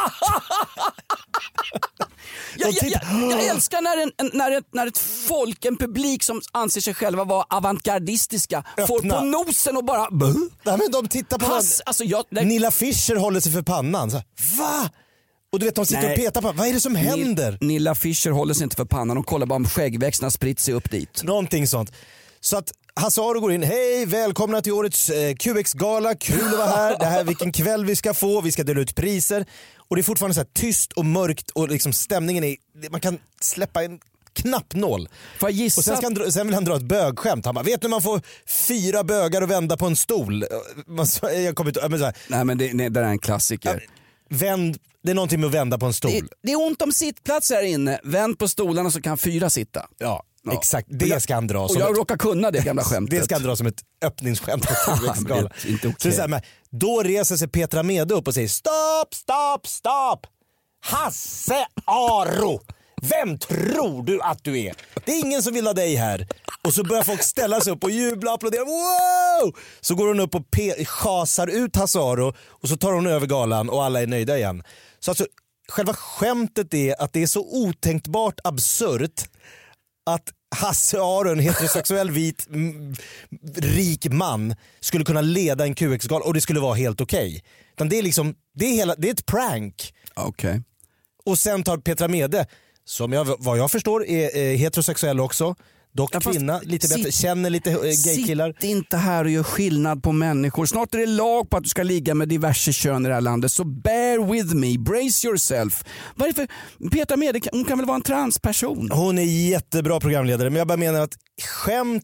jag, jag, jag, jag älskar när, en, när, ett, när ett folk, en publik som anser sig själva vara avantgardistiska Öppna. får på nosen och bara... Nej, men de tittar på Pass, alltså jag, det... Nilla Fischer håller sig för pannan. Så, va? Och du vet, de sitter Nej. och petar på. Vad är det som händer? Nilla Fischer håller sig inte för pannan och kollar bara om skäggväxterna spritt sig upp dit. Någonting sånt. Så att Hasse Aro går in. Hej, välkomna till årets eh, Q X-gala. Kul att vara här. Det här är vilken kväll vi ska få. Vi ska dela ut priser. Och det är fortfarande så här tyst och mörkt och liksom stämningen är... Man kan släppa en knappnål. Får jag gissa? Och sen, ska han, sen vill han dra ett bögskämt. Han bara, vet du man får fyra bögar och vända på en stol? Man, jag kommer inte... Men så här, Nej men det, det där är en klassiker. Vänd... Det är någonting med att vända på en stol. Det, det är ont om sittplats här inne. Vänd på stolarna så kan fyra sitta. Ja, ja. Exakt. Det jag, ska han dra. Och jag ett, råkar kunna det gamla skämtet. Det ska han dra som ett öppningsskämt på Q X-galan. Inte okay. Så så då reser sig Petra Mede upp och säger stopp, stopp, stopp. Hasse Aro. Vem tror du att du är? Det är ingen som vill ha dig här. Och så börjar folk ställa sig upp och jubla och applådera. Wow! Så går hon upp och pe- chasar ut Hasse Aro och så tar hon över galan och alla är nöjda igen. Så alltså, själva skämtet är att det är så otänkbart absurt att Hasse Aro, en heterosexuell vit m- rik man, skulle kunna leda en Q X-gal och det skulle vara helt okej. Okay. Utan det är liksom, det är, hela, det är ett prank. Okej. Okay. Och sen tar Petra Mede, som jag, vad jag förstår är, är heterosexuell också, dock ja, kvinna, lite bättre, sit, känner lite äh, gaykillar. Sitt inte här och gör skillnad på människor. Snart är det lag på att du ska ligga med diverse kön i det här landet. Så bear with me, brace yourself. Varför? Petra Mede, hon kan väl vara en transperson? Hon är jättebra programledare, men jag bara menar att skämtet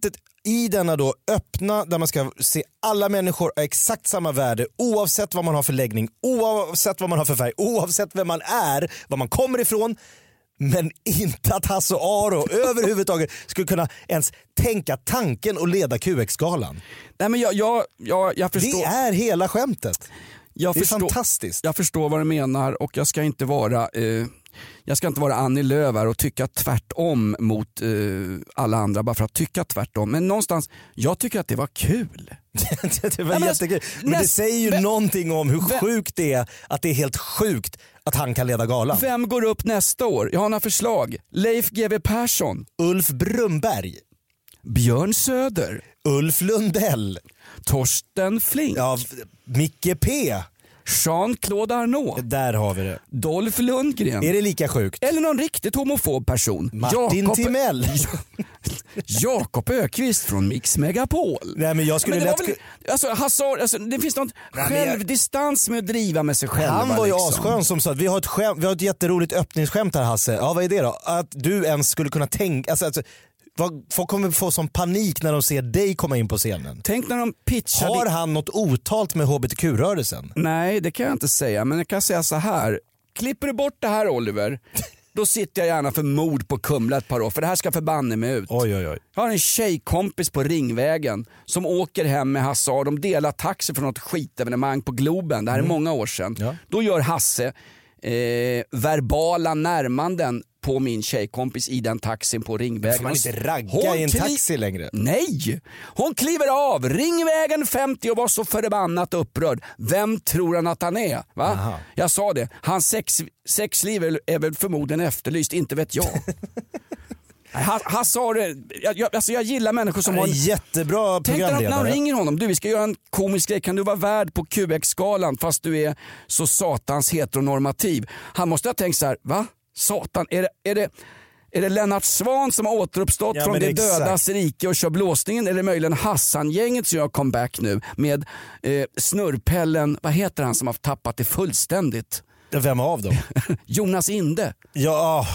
i denna då öppna, där man ska se alla människor har exakt samma värde oavsett vad man har för läggning, oavsett vad man har för färg, oavsett vem man är, var man kommer ifrån. Men inte att Hasse Aro överhuvudtaget skulle kunna ens tänka tanken och leda Q X-galan. Nej, men jag, jag, jag, jag förstår. Det är hela skämtet. Jag det är förstår, fantastiskt. Jag förstår vad du menar och jag ska inte vara eh, jag ska inte vara Annie Lööf och tycka tvärtom mot eh, alla andra bara för att tycka tvärtom. Men någonstans, jag tycker att det var kul. Det var ja, jättekul. Men näst, det säger ju vem, någonting om hur vem, sjukt det är att det är helt sjukt att han kan leda galan. Vem går upp nästa år? Jag har några förslag. Leif G W Persson. Ulf Brumberg. Björn Söder. Ulf Lundell. Torsten Flink. Ja, Micke P. Jean-Claude Arnault. Där har vi det. Dolph Lundgren. Är det lika sjukt? Eller någon riktigt homofob person. Martin Jacob... Timell. Jakob Ökvist från Mix Megapol. Nej, men jag skulle men lätt... väl, alltså, Hassar, alltså, det finns något Nej, självdistans med att driva med sig själv. Han var ju liksom. asskön som sa att vi har ett, skäm, vi har ett jätteroligt öppningsskämt här, Hasse. Ja, vad är det då? Att du ens skulle kunna tänka... Alltså, alltså, folk kommer få sån panik när de ser dig komma in på scenen. Tänk när de pitchar. Har han något otalt med H B T Q-rörelsen? Nej, det kan jag inte säga. Men jag kan säga så här. Klipper du bort det här, Oliver, då sitter jag gärna för mord på Kumla ett par år. För det här ska förbanne mig ut. Oj, oj, oj. Jag har en tjejkompis på Ringvägen som åker hem med Hasse och de delar taxi från något skitevenemang på Globen. Det här är mm. många år sedan. Ja. Då gör Hasse eh, verbala närmanden på min tjejkompis i den taxin på Ringvägen. Får man inte ragga i en taxi längre? Nej! Hon kliver av Ringvägen femtio och var så förbannat upprörd. Vem tror han att han är? Va? Aha. Jag sa det. Hans sex, sexliv är, är väl förmodligen efterlyst, inte vet jag. Han sa det, jag, alltså jag gillar människor som har en jättebra programledare. Tänk när han ringer honom, du vi ska göra en komisk grej, kan du vara värd på Q X-galan fast du är så satans heteronormativ. Han måste ha tänkt så här, va? Satan, är det, är det, är det Lennart Svan som har återuppstått ja, från det exakt. dödas rike och kör blåsningen? Eller möjligen Hassan-gänget som gör comeback nu med eh, snurrpellen, vad heter han som har tappat det fullständigt? Vem av dem? Jonas Inde. Ja.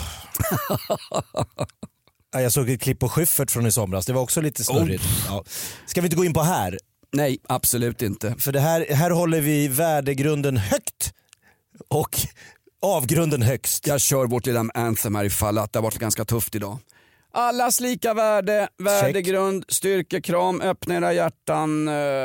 Jag såg ett klipp på Schyffert från i somras, det var också lite snurrigt. Oh. Ja. Ska vi inte gå in på här? Nej, absolut inte. För det här, här håller vi värdegrunden högt och avgrunden högst. Jag kör vårt lilla anthem här ifall att det har varit ganska tufft idag. Allas lika värde, värdegrund, styrkekram, öppna era hjärtan,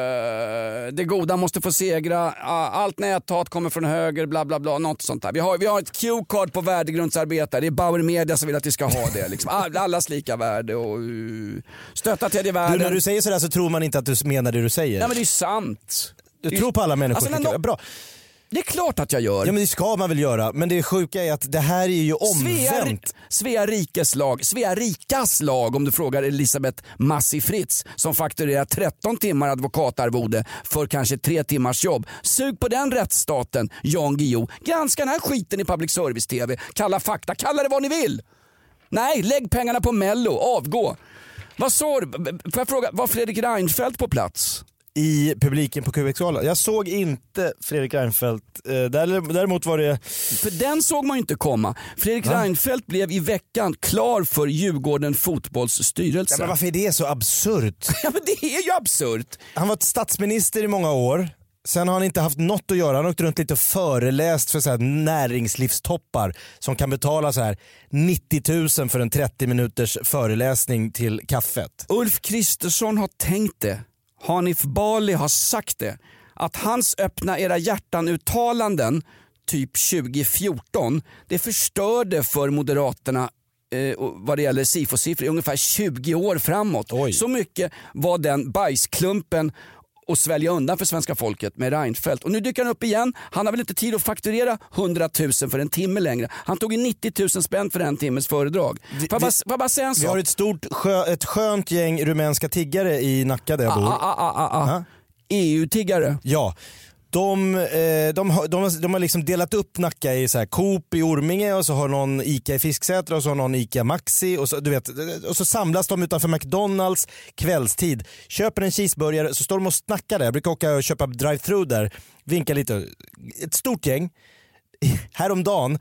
det goda måste få segra, allt näthat kommer från höger, bla bla bla, något sånt där. Vi har, vi har ett Q-card på värdegrundsarbetare, det är Bauer Media som vill att vi ska ha det. Liksom. Allas lika värde och uh, stötta tredje världen. Du, när du säger sådär så tror man inte att du menar det du säger. Nej men det är sant. Du tror på alla människor. Alltså, no- Bra. Det är klart att jag gör. Ja men det ska man väl göra. Men det sjuka är att det här är ju omvänt. Svea, Svea Rikes lag, Svea Rikas lag om du frågar Elisabeth Massi Fritz som fakturerar tretton timmar advokatarvode för kanske tre timmars jobb. Sug på den rättsstaten, Jan Guillou. Granska den här skiten i public service-tv. Kalla fakta, kalla det vad ni vill. Nej, lägg pengarna på Mello, avgå. Vad sa du? Får jag fråga, var Fredrik Reinfeldt på plats? I publiken på Q X-galan. Jag såg inte Fredrik Reinfeldt. Däremot var det... För den såg man ju inte komma. Fredrik Va? Reinfeldt blev i veckan klar för Djurgården fotbolls styrelse. Ja, men varför är det så absurt? Ja men det är ju absurt. Han var statsminister i många år. Sen har han inte haft något att göra. Han har åkt runt lite och föreläst för så här näringslivstoppar som kan betala så här nittio tusen för en trettio minuters föreläsning till kaffet. Ulf Kristersson har tänkt det. Hanif Bali har sagt det, att hans öppna era hjärtan-uttalanden typ tjugo fjorton, det förstörde för Moderaterna eh, vad det gäller SIFO-siffror i ungefär tjugo år framåt. Oj. Så mycket var den bajsklumpen och svälja undan för svenska folket med Reinfeldt. Och nu dyker han upp igen. Han har väl inte tid att fakturera hundra tusen för en timme längre. Han tog ju nittio tusen spänn för en timmes föredrag. Vi, får jag bara, får jag bara säga en sak? Vi har ett stort, skö, ett skönt gäng rumänska tiggare i Nacka där jag bor. Ah, ah, ah, ah, ah. E U-tiggare. Ja. De, eh, de, har, de, har, de har liksom delat upp Nacka i så här Coop i Orminge och så har någon Ica i Fisksätra och så har någon Ica Maxi och så, du vet, och så samlas de utanför McDonalds kvällstid, köper en cheeseburgare, så står de och snackar där. Jag brukar åka och köpa drive-thru där, vinka lite. Ett stort gäng. Häromdagen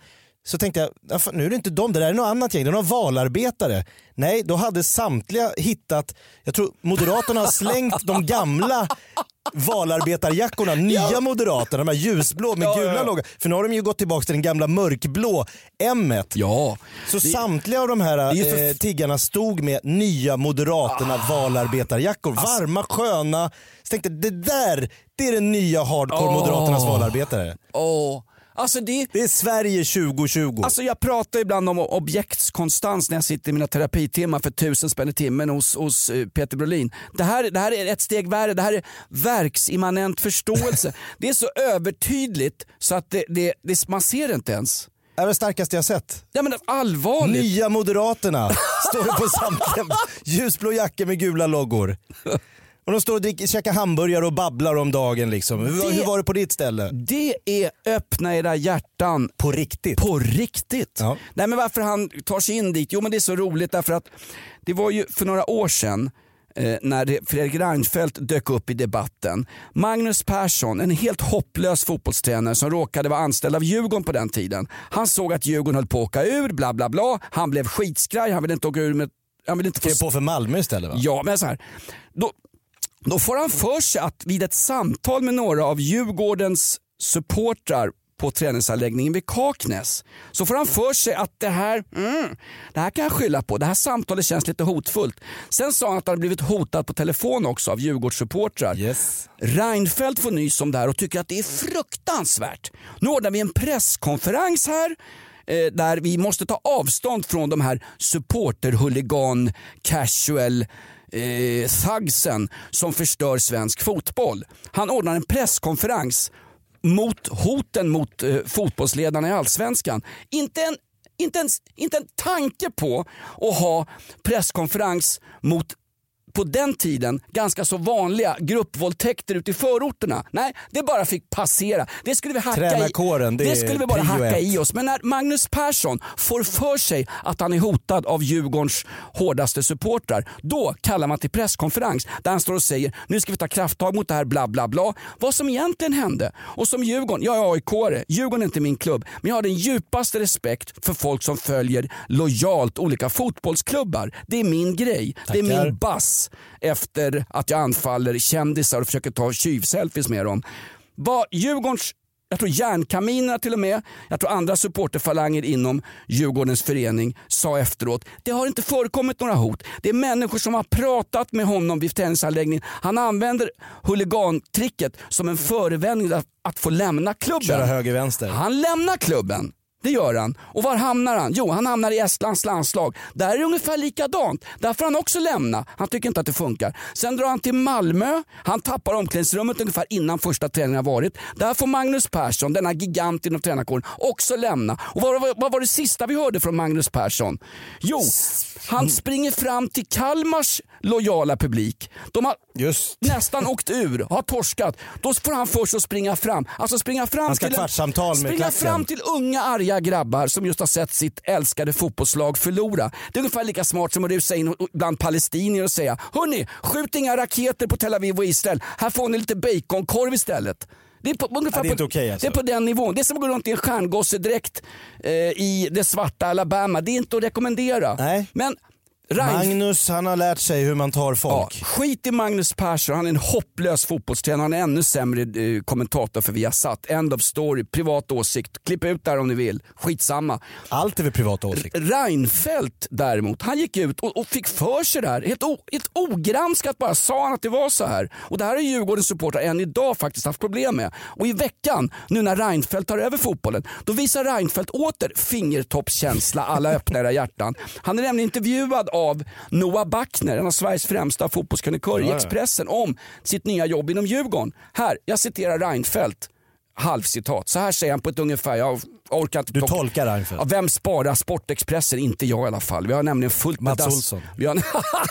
Så tänkte jag, ja, fan, nu är det inte de, det där är något annat gäng, det är några valarbetare. Nej, då hade samtliga hittat, jag tror Moderaterna har slängt de gamla valarbetarjackorna, nya ja. Moderaterna, de här ljusblå med ja, gula ja, ja. loggar. För nu har de ju gått tillbaka till den gamla mörkblå M ett. Ja. Så det, samtliga av de här för... eh, tiggarna stod med nya Moderaterna ah. valarbetarjackor. Alltså. Varma, sköna. Så tänkte, det där, det är den nya hardcore oh. Moderaternas valarbetare. Åh. Oh. Alltså det, det är Sverige tjugo tjugo. Alltså jag pratar ibland om objektskonstans när jag sitter i mina terapitimmar för tusen spänn i timmen hos, hos Peter Brolin. Det här, det här är ett steg värre. Det här är verksimmanent förståelse. Det är så övertydligt så att det, det, det, man ser det inte ens. Det är det starkaste jag sett. Ja, men allvarligt. Nya Moderaterna står det på samtliga ljusblå jackor med gula loggor. Och de står och dricker, käkar hamburgare och babblar om dagen liksom. Hur, det, hur var det på ditt ställe? Det är öppna era hjärtan. På riktigt? På riktigt. Ja. Nej, men varför han tar sig in dit? Jo, men det är så roligt därför att det var ju för några år sedan eh, när det, Fredrik Reinfeldt dök upp i debatten. Magnus Persson, en helt hopplös fotbollstränare som råkade vara anställd av Djurgården på den tiden. Han såg att Djurgården höll på att åka ur, bla bla bla. Han blev skitskraj, han ville inte åka ur med... Han ville inte få... på för Malmö istället, va? Ja, men så här. Då... Då får han för sig att vid ett samtal med några av Djurgårdens supportrar på träningsanläggningen vid Kaknäs så får han för sig att det här, mm, det här kan jag skylla på. Det här samtalet känns lite hotfullt. Sen sa han att han blivit hotad på telefon också av Djurgårdssupportrar. Yes. Reinfeldt får nys om det här och tycker att det är fruktansvärt. Nu ordnar vi en presskonferens här eh, där vi måste ta avstånd från de här supporterhuligan casual Eh, thugsen som förstör svensk fotboll. Han ordnar en presskonferens mot hoten mot eh, fotbollsledarna i Allsvenskan. Inte en, inte, en, inte en tanke på att ha presskonferens mot på den tiden ganska så vanliga gruppvåldtäkter ute i förorterna. Nej, det bara fick passera. Det skulle vi hacka i. Det, det skulle vi bara hacka i oss. Men när Magnus Persson får för sig att han är hotad av Djurgårdens hårdaste supportrar, då kallar man till presskonferens där han står och säger nu ska vi ta krafttag mot det här bla bla bla. Vad som egentligen hände. Och som Djurgården, jag är A I K-are, Djurgården är inte min klubb, men jag har den djupaste respekt för folk som följer lojalt olika fotbollsklubbar. Det är min grej. Tackar. Det är min bass efter att jag anfaller kändisar och försöker ta tjuvselfies med dem. Vad Djurgårdens, jag tror järnkaminerna till och med, jag tror andra supporterfalanger inom Djurgårdens förening sa efteråt, det har inte förekommit några hot. Det är människor som har pratat med honom vid tennisanläggningen. Han använder huligantricket som en förevändning att, att få lämna klubben. Köra höger vänster. Han lämnar klubben. Det gör han. Och var hamnar han? Jo, han hamnar i Estlands landslag. Där är det ungefär likadant. Där får han också lämna. Han tycker inte att det funkar. Sen drar han till Malmö. Han tappar omklädningsrummet ungefär innan första träningen har varit. Där får Magnus Persson, denna gigant inom tränarkåren, också lämna. Och vad, vad, vad var det sista vi hörde från Magnus Persson? Jo, han springer fram till Kalmars lojala publik. De har Just. nästan åkt ur, har torskat. Då får han först att springa fram. Alltså springa fram han ska till kvartssamtal med springa klacken. fram till unga arga grabbar som just har sett sitt älskade fotbollslag förlora. Det är ungefär lika smart som att rusa in bland palestinier och säga hörni, skjut inga raketer på Tel Aviv och Israel. Här får ni lite baconkorv istället. Det är, på, ungefär ja, det är inte på, okej, alltså. Det är på den nivån. Det är som att gå runt i en stjärngossedräkt eh, i det svarta Alabama. Det är inte att rekommendera. Nej. Men Reif... Magnus, han har lärt sig hur man tar folk. Ja, skit i Magnus Persson, han är en hopplös fotbollstränare. Han är ännu sämre eh, kommentator för Viasat. End of story, privat åsikt. Klipp ut där om ni vill, skitsamma. Allt är väl privat åsikt. Reinfeldt däremot, han gick ut och, och fick för sig där. Helt, o, helt ogranskat bara sa han att det var så här. Och det här är Djurgårdens supportrar än idag faktiskt haft problem med. Och i veckan, nu när Reinfeldt tar över fotbollen, då visar Reinfeldt åter fingertoppskänsla, alla öppna era hjärtan. Han är nämligen intervjuad av Noah Backner, en av Sveriges främsta fotbollskrönikörer i Expressen, om sitt nya jobb inom Djurgården. Här, jag citerar Reinfeldt, halvcitat. Så här säger han på ett ungefär, jag orkar inte... Du to- tolkar Reinfeldt. Ja, vem sparar Sportexpressen? Inte jag i alla fall. Vi har nämligen fullt med Mats dass... Olsson. Vi har...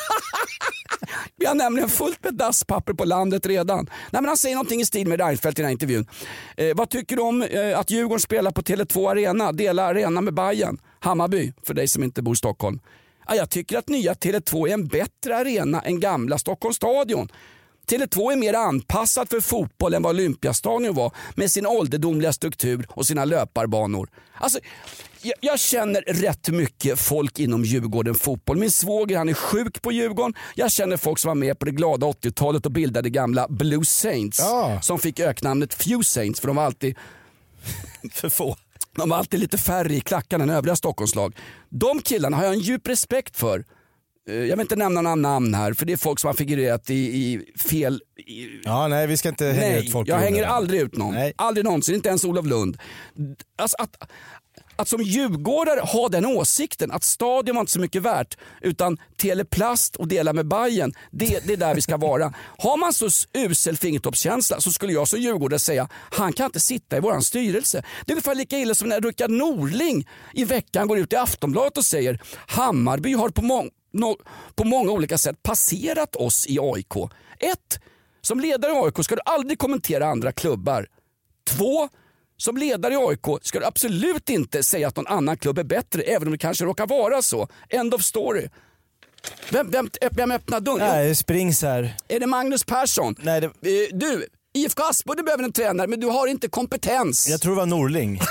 Vi har nämligen fullt med dasspapper på landet redan. Nej, men han säger någonting i stil med Reinfeldt i den här intervjun. Eh, vad tycker du om eh, att Djurgården spelar på Tele två Arena? Dela arena med Bayern. Hammarby, för dig som inte bor i Stockholm. Ja, jag tycker att nya Tele två är en bättre arena än gamla Stockholms stadion. Tele två är mer anpassad för fotboll än vad Olympiastadion var med sin ålderdomliga struktur och sina löparbanor. Alltså, jag, jag känner rätt mycket folk inom Djurgården fotboll. Min svåger, han är sjuk på Djurgården. Jag känner folk som var med på det glada åttiotalet och bildade gamla Blue Saints. Ja. Som fick öknamnet Few Saints för de var alltid för få. De var alltid lite färre i klackarna än övriga Stockholmslag. De killarna har jag en djup respekt för. Jag vill inte nämna några namn här för det är folk som har figurerat i, i fel... I... Ja, nej, vi ska inte hänga nej, ut folk. jag hänger där. aldrig ut någon. Nej. Aldrig någonsin, inte ens Olof Lund. Alltså att, att som djurgårdare ha den åsikten att stadion var inte så mycket värt utan teleplast och dela med Bajen, det, det är där vi ska vara. Har man så usel fingertoppskänsla så skulle jag som djurgårdare säga han kan inte sitta i våran styrelse. Det är ungefär lika illa som när Rickard Norling i veckan går ut i Aftonbladet och säger Hammarby har på många No, på många olika sätt passerat oss i A I K. Ett, som ledare i A I K ska du aldrig kommentera andra klubbar. Två, som ledare i A I K ska du absolut inte säga att någon annan klubb är bättre även om det kanske råkar vara så. End of story. Vem, vem, vem öppnar dörren? Nej, springs här. Är det Magnus Persson? Nej, det... Du, I F K Aspudden behöver en tränare men du har inte kompetens. Jag tror det var Norling.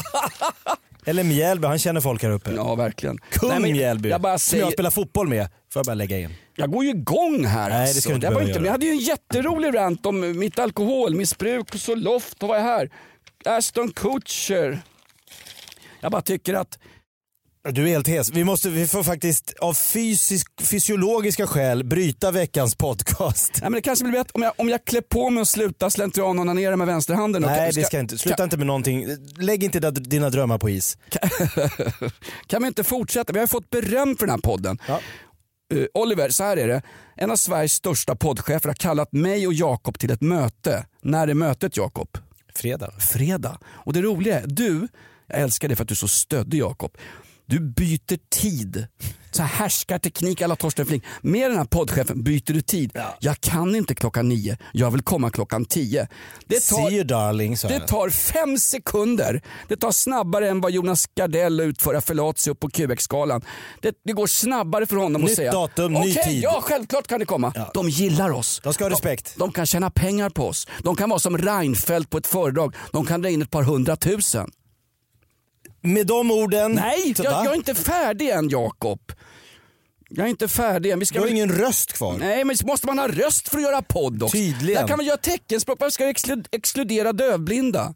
Eller Mjällby, han känner folk här uppe. Ja, verkligen. Kung Nej, men Mjällby, jag bara som säger... jag spelar fotboll med. Får jag bara lägga in. Jag går ju igång här. Nej, alltså. det ska du inte jag, var behöva inte, men jag hade ju en jätterolig rant om mitt alkoholmissbruk och så loft och vad är här? Aston Kutcher. Jag bara tycker att... Du är helt hes. Vi, måste, vi får faktiskt av fysisk, fysiologiska skäl bryta veckans podcast. Nej, men det kanske blir bättre om jag, om jag klär på mig och slutar slentrian och onanera med vänsterhanden. Nej, och ska, det ska inte. Sluta kan, inte med någonting. Lägg inte dina drömmar på is. Kan, kan vi inte fortsätta? Vi har fått beröm för den här podden. Ja. Uh, Oliver, så här är det. En av Sveriges största poddchefer har kallat mig och Jakob till ett möte. När är mötet, Jakob? Fredag. Fredag. Och det roliga är, du, jag älskar det för att du är så stöddig, Jakob. Du byter tid. Så här härskarteknik alla Torsten Flink. Med den här poddchefen byter du tid. Ja. Jag kan inte klockan nio. Jag vill komma klockan tio. Det tar, See you darling, så det tar fem sekunder. Det tar snabbare än vad Jonas Gardell utför Fellatio på Q X-skalan. Det, det går snabbare för honom Nytt att säga. datum, ny Okej, tid. ja, självklart kan det komma. Ja. De gillar oss. De ska ha respekt. De, de kan tjäna pengar på oss. De kan vara som Reinfeldt på ett föredrag. De kan dra in ett par hundratusen. Med de orden... Nej, jag, jag är inte färdig än, Jakob. Jag är inte färdig än. Vi ska du har väl... ingen röst kvar. Nej, men måste man ha röst för att göra podd också? Tydligen. Jag kan väl göra teckenspråk. Varför ska jag exklu- exkludera dövblinda?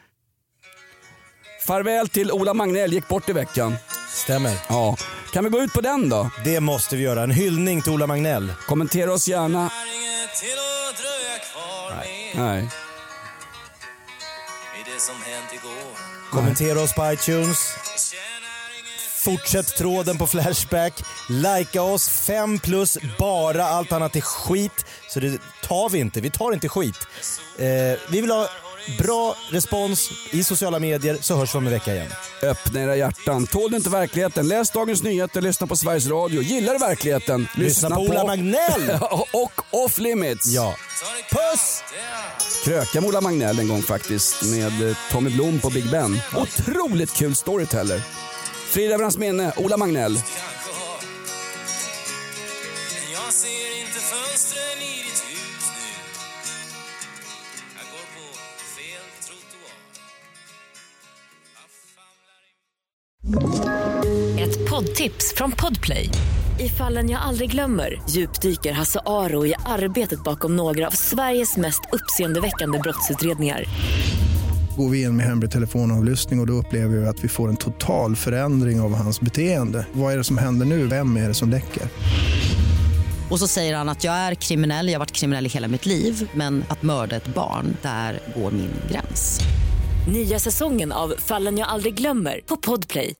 Farväl till Ola Magnell, gick bort i veckan. Stämmer. Ja. Kan vi gå ut på den då? Det måste vi göra. En hyllning till Ola Magnell. Kommentera oss gärna. Nej. Nej. Kommentera oss på iTunes. Fortsätt tråden på Flashback. Likea oss, fem plus, bara, allt annat är skit. Så det tar vi inte, vi tar inte skit. Eh, vi vill ha bra respons i sociala medier, så hörs vi om en vecka igen. Öppna era hjärtan, tål inte verkligheten. Läs Dagens Nyheter, lyssna på Sveriges Radio. Gillar du verkligheten? Lyssna, lyssna på Ola Magnell. Och Off Limits. Ja. Puss! Kröka med Ola Magnell en gång faktiskt, med Tommy Blom på Big Ben. Otroligt kul storyteller. Frid över hans minne, Ola Magnell. Jag ser inte fönstren i ditt hus nu. Jag går på fel trottoar. Ett poddtips från Podplay. I Fallen jag aldrig glömmer djupdyker Hasse Aro i arbetet bakom några av Sveriges mest uppseendeväckande brottsutredningar. Går vi in med hemlig telefonavlyssning och, och då upplever vi att vi får en total förändring av hans beteende. Vad är det som händer nu? Vem är det som läcker? Och så säger han att jag är kriminell, jag har varit kriminell i hela mitt liv. Men att mörda ett barn, där går min gräns. Nya säsongen av Fallen jag aldrig glömmer på Podplay.